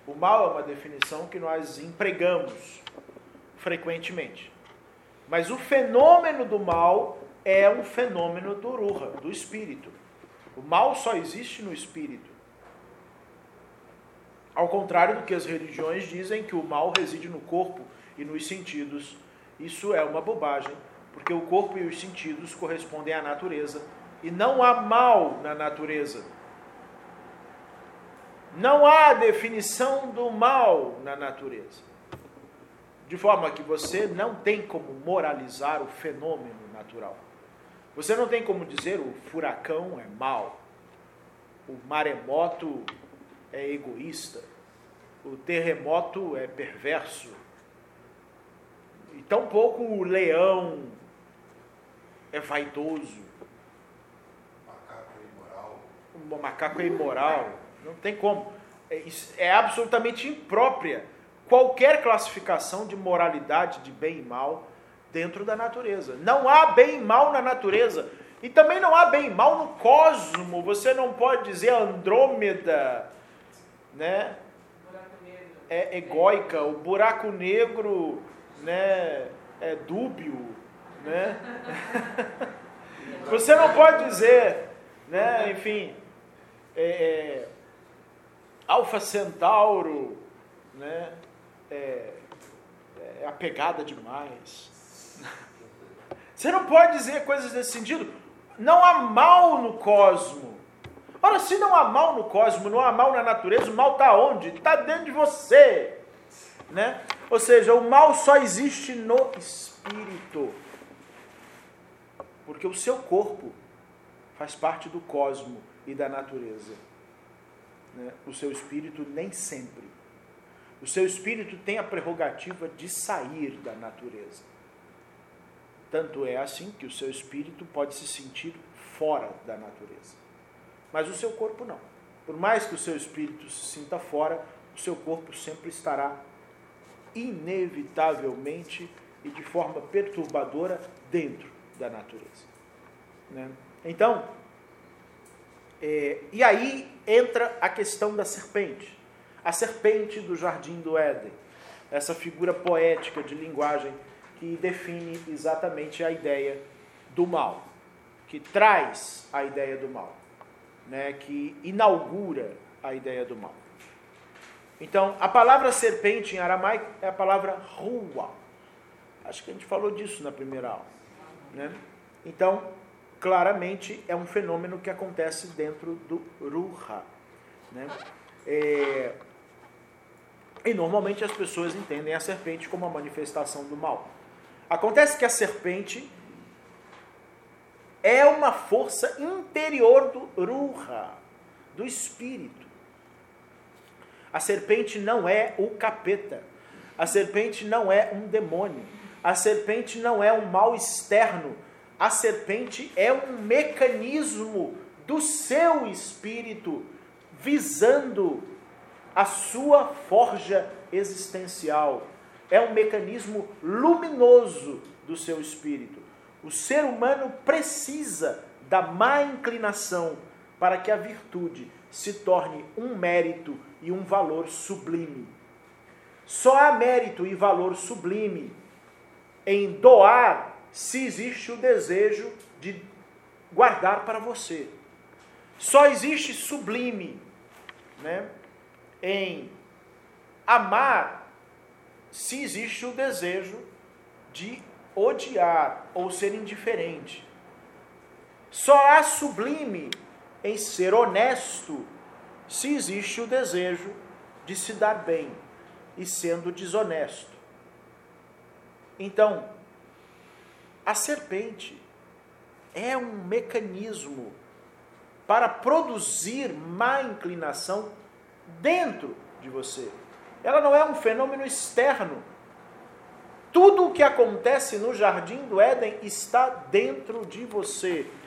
O mal é uma definição que nós empregamos frequentemente. Mas o fenômeno do mal é um fenômeno do ruha, do espírito. O mal só existe no espírito. Ao contrário do que as religiões dizem, que o mal reside no corpo e nos sentidos. Isso é uma bobagem, porque o corpo e os sentidos correspondem à natureza. E não há mal na natureza. Não há definição do mal na natureza. De forma que você não tem como moralizar o fenômeno natural. Você não tem como dizer o furacão é mau, o maremoto é egoísta, o terremoto é perverso, e tampouco o leão é vaidoso, o macaco é imoral. Não tem como. É absolutamente imprópria qualquer classificação de moralidade de bem e mal dentro da natureza. Não há bem e mal na natureza. E também não há bem e mal no cosmo. Você não pode dizer Andrômeda, né, é egóica, o buraco negro, né, é dúbio, né? Você não pode dizer, né, enfim, Alfa Centauro, né, é apegada demais. Você não pode dizer coisas desse sentido. Não há mal no cosmo. Ora, se não há mal no cosmo, não há mal na natureza, o mal está onde? Está dentro de você, né? Ou seja, o mal só existe no espírito. Porque o seu corpo faz parte do cosmo e da natureza. Né? O seu espírito nem sempre. O seu espírito tem a prerrogativa de sair da natureza. Tanto é assim que o seu espírito pode se sentir fora da natureza. Mas o seu corpo não. Por mais que o seu espírito se sinta fora, o seu corpo sempre estará inevitavelmente e de forma perturbadora dentro da natureza. Né? Então, e aí entra a questão da serpente. A serpente do Jardim do Éden. Essa figura poética de linguagem que define exatamente a ideia do mal, que traz a ideia do mal, né, que inaugura a ideia do mal. Então, a palavra serpente em aramaico é a palavra ruá. Acho que a gente falou disso na primeira aula. Né? Então, claramente é um fenômeno que acontece dentro do ruha. Né? E normalmente as pessoas entendem a serpente como a manifestação do mal. Acontece que a serpente é uma força interior do ruha, do espírito. A serpente não é o capeta. A serpente não é um demônio. A serpente não é um mal externo. A serpente é um mecanismo do seu espírito visando a sua forja existencial. É um mecanismo luminoso do seu espírito. O ser humano precisa da má inclinação para que a virtude se torne um mérito e um valor sublime. Só há mérito e valor sublime em doar se existe o desejo de guardar para você. Só existe sublime, né, em amar se existe o desejo de odiar ou ser indiferente. Só há sublime em ser honesto se existe o desejo de se dar bem e sendo desonesto. Então, a serpente é um mecanismo para produzir má inclinação dentro de você. Ela não é um fenômeno externo. Tudo o que acontece no Jardim do Éden está dentro de você.